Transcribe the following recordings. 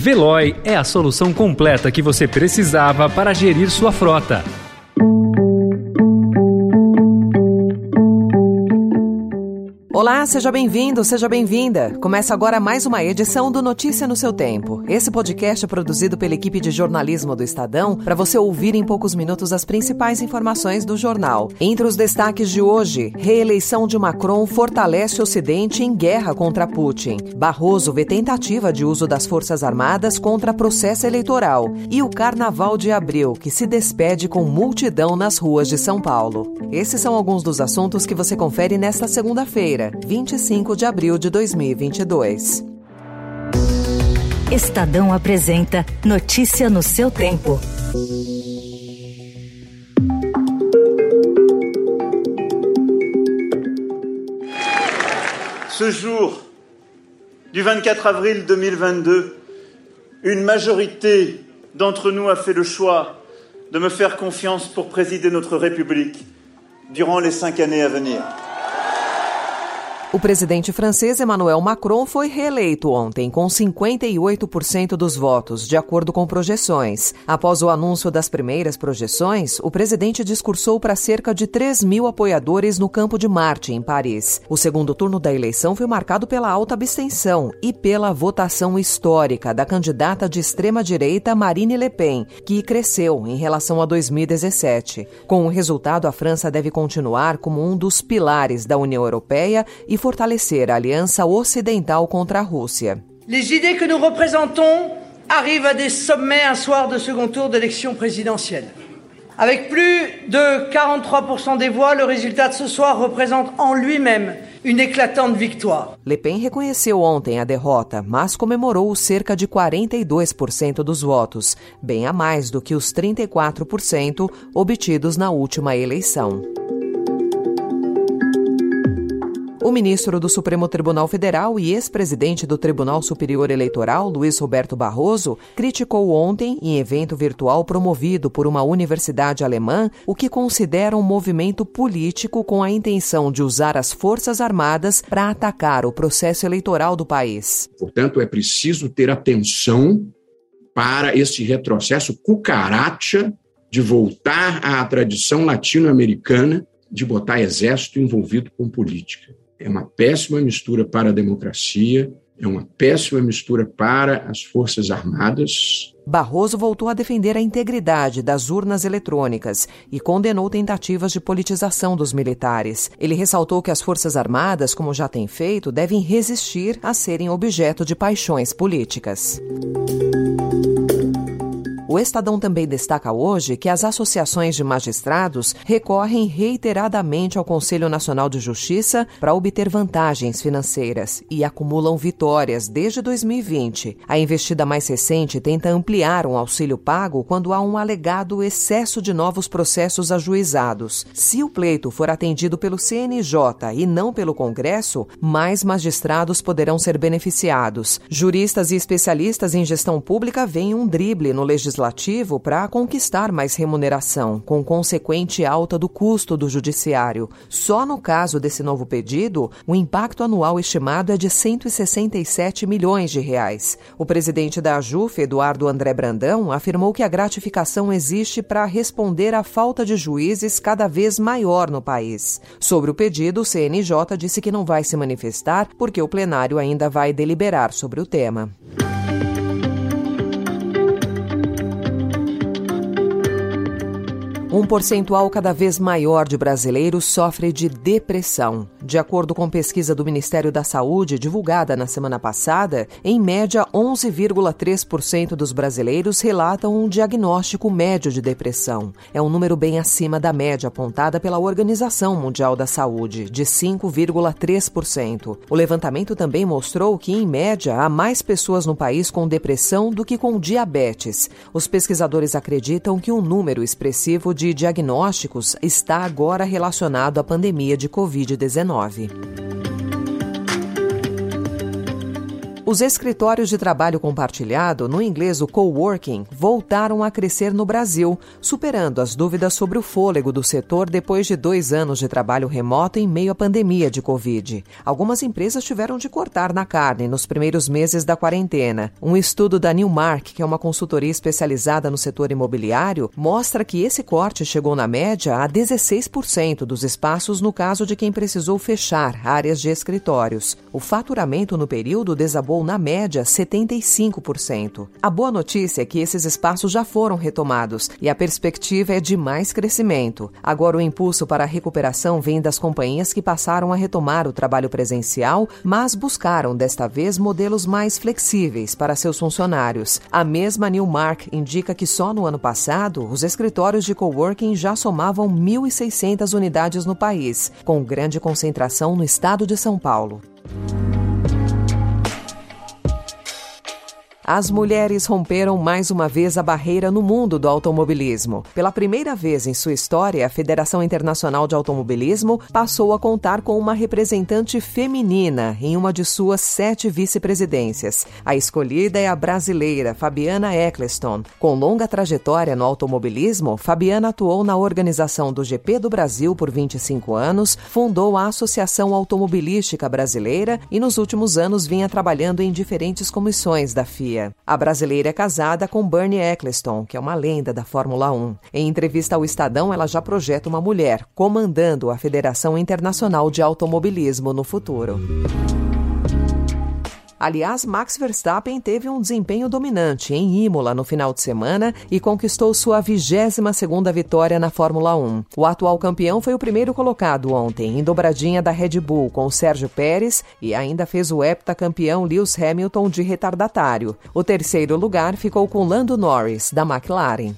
Veloy é a solução completa que você precisava para gerir sua frota. Olá, seja bem-vindo, seja bem-vinda. Começa agora mais uma edição do Notícia no seu Tempo. Esse podcast é produzido pela equipe de jornalismo do Estadão para você ouvir em poucos minutos as principais informações do jornal. Entre os destaques de hoje, reeleição de Macron fortalece o Ocidente em guerra contra Putin. Barroso vê tentativa de uso das Forças Armadas contra processo eleitoral. E o Carnaval de Abril, que se despede com multidão nas ruas de São Paulo. Esses são alguns dos assuntos que você confere nesta segunda-feira, 25 de abril de 2022. Estadão apresenta Notícia no seu tempo. Ce jour du 24 avril 2022, une majorité d'entre nous a fait le choix de me faire confiance pour présider notre République durant les 5 années à venir. O presidente francês Emmanuel Macron foi reeleito ontem com 58% dos votos, de acordo com projeções. Após o anúncio das primeiras projeções, o presidente discursou para cerca de 3 mil apoiadores no Campo de Marte, em Paris. O segundo turno da eleição foi marcado pela alta abstenção e pela votação histórica da candidata de extrema-direita Marine Le Pen, que cresceu em relação a 2017. Com o resultado, a França deve continuar como um dos pilares da União Europeia e fortalecer a aliança ocidental contra a Rússia. Les idées que nous représentons arrivent à des sommets un soir de second tour d'élection présidentielle. Avec plus de 43% des voix, le résultat de ce soir représente en lui-même une éclatante victoire. Le Pen reconheceu ontem a derrota, mas comemorou os cerca de 42% dos votos, bem a mais do que os 34% obtidos na última eleição. O ministro do Supremo Tribunal Federal e ex-presidente do Tribunal Superior Eleitoral, Luiz Roberto Barroso, criticou ontem, em evento virtual promovido por uma universidade alemã, o que considera um movimento político com a intenção de usar as Forças Armadas para atacar o processo eleitoral do país. Portanto, é preciso ter atenção para esse retrocesso cucaracha de voltar à tradição latino-americana de botar exército envolvido com política. É uma péssima mistura para a democracia, é uma péssima mistura para as Forças Armadas. Barroso voltou a defender a integridade das urnas eletrônicas e condenou tentativas de politização dos militares. Ele ressaltou que as Forças Armadas, como já tem feito, devem resistir a serem objeto de paixões políticas. O Estadão também destaca hoje que as associações de magistrados recorrem reiteradamente ao Conselho Nacional de Justiça para obter vantagens financeiras e acumulam vitórias desde 2020. A investida mais recente tenta ampliar um auxílio pago quando há um alegado excesso de novos processos ajuizados. Se o pleito for atendido pelo CNJ e não pelo Congresso, mais magistrados poderão ser beneficiados. Juristas e especialistas em gestão pública veem um drible no legislativo para conquistar mais remuneração, com consequente alta do custo do judiciário. Só no caso desse novo pedido, o impacto anual estimado é de 167 milhões de reais. O presidente da AJUF, Eduardo André Brandão, afirmou que a gratificação existe para responder à falta de juízes cada vez maior no país. Sobre o pedido, o CNJ disse que não vai se manifestar porque o plenário ainda vai deliberar sobre o tema. Um percentual cada vez maior de brasileiros sofre de depressão. De acordo com pesquisa do Ministério da Saúde, divulgada na semana passada, em média 11,3% dos brasileiros relatam um diagnóstico médio de depressão. É um número bem acima da média apontada pela Organização Mundial da Saúde, de 5,3%. O levantamento também mostrou que, em média, há mais pessoas no país com depressão do que com diabetes. Os pesquisadores acreditam que um número expressivo de diagnósticos está agora relacionado à pandemia de Covid-19. Os escritórios de trabalho compartilhado, no inglês o coworking, voltaram a crescer no Brasil, superando as dúvidas sobre o fôlego do setor depois de 2 anos de trabalho remoto em meio à pandemia de Covid. Algumas empresas tiveram de cortar na carne nos primeiros meses da quarentena. Um estudo da Newmark, que é uma consultoria especializada no setor imobiliário, mostra que esse corte chegou na média a 16% dos espaços no caso de quem precisou fechar áreas de escritórios. O faturamento no período desabou na média 75%. A boa notícia é que esses espaços já foram retomados e a perspectiva é de mais crescimento. Agora o impulso para a recuperação vem das companhias que passaram a retomar o trabalho presencial, mas buscaram desta vez modelos mais flexíveis para seus funcionários. A mesma Newmark indica que só no ano passado os escritórios de coworking já somavam 1.600 unidades no país, com grande concentração no estado de São Paulo. As mulheres romperam mais uma vez a barreira no mundo do automobilismo. Pela primeira vez em sua história, a Federação Internacional de Automobilismo passou a contar com uma representante feminina em uma de suas 7 vice-presidências. A escolhida é a brasileira Fabiana Ecclestone. Com longa trajetória no automobilismo, Fabiana atuou na organização do GP do Brasil por 25 anos, fundou a Associação Automobilística Brasileira e nos últimos anos vinha trabalhando em diferentes comissões da FIA. A brasileira é casada com Bernie Ecclestone, que é uma lenda da Fórmula 1. Em entrevista ao Estadão, ela já projeta uma mulher comandando a Federação Internacional de Automobilismo no futuro. Aliás, Max Verstappen teve um desempenho dominante em Imola no final de semana e conquistou sua 22ª vitória na Fórmula 1. O atual campeão foi o primeiro colocado ontem, em dobradinha da Red Bull, com o Sérgio Pérez, e ainda fez o heptacampeão Lewis Hamilton de retardatário. O terceiro lugar ficou com Lando Norris, da McLaren.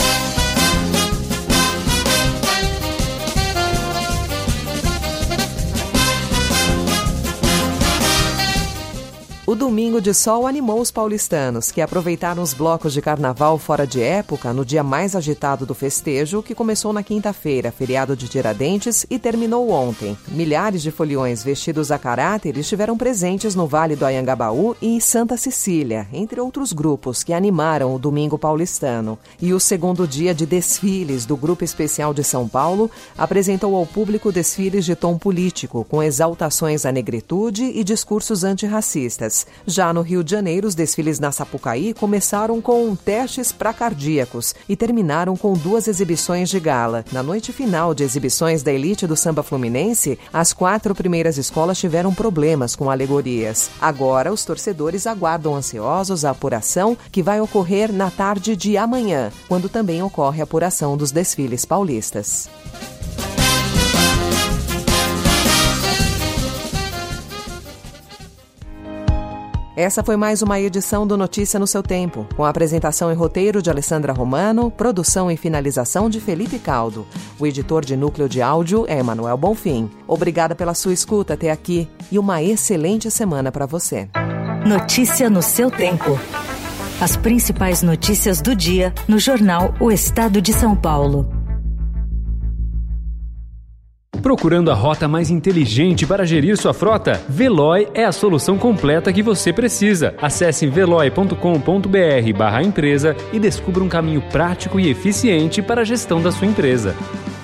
O domingo de sol animou os paulistanos, que aproveitaram os blocos de carnaval fora de época no dia mais agitado do festejo, que começou na quinta-feira, feriado de Tiradentes, e terminou ontem. Milhares de foliões vestidos a caráter estiveram presentes no Vale do Anhangabaú e em Santa Cecília, entre outros grupos que animaram o domingo paulistano. E o segundo dia de desfiles do Grupo Especial de São Paulo apresentou ao público desfiles de tom político, com exaltações à negritude e discursos antirracistas. Já no Rio de Janeiro, os desfiles na Sapucaí começaram com testes para cardíacos e terminaram com 2 exibições de gala. Na noite final de exibições da elite do samba fluminense, as 4 primeiras escolas tiveram problemas com alegorias. Agora, os torcedores aguardam ansiosos a apuração que vai ocorrer na tarde de amanhã, quando também ocorre a apuração dos desfiles paulistas. Essa foi mais uma edição do Notícia no seu Tempo, com a apresentação e roteiro de Alessandra Romano, produção e finalização de Felipe Caldo. O editor de núcleo de áudio é Emanuel Bonfim. Obrigada pela sua escuta até aqui e uma excelente semana para você. Notícia no seu tempo. As principais notícias do dia no jornal O Estado de São Paulo. Procurando a rota mais inteligente para gerir sua frota? Veloy é a solução completa que você precisa. Acesse veloy.com.br/empresa e descubra um caminho prático e eficiente para a gestão da sua empresa.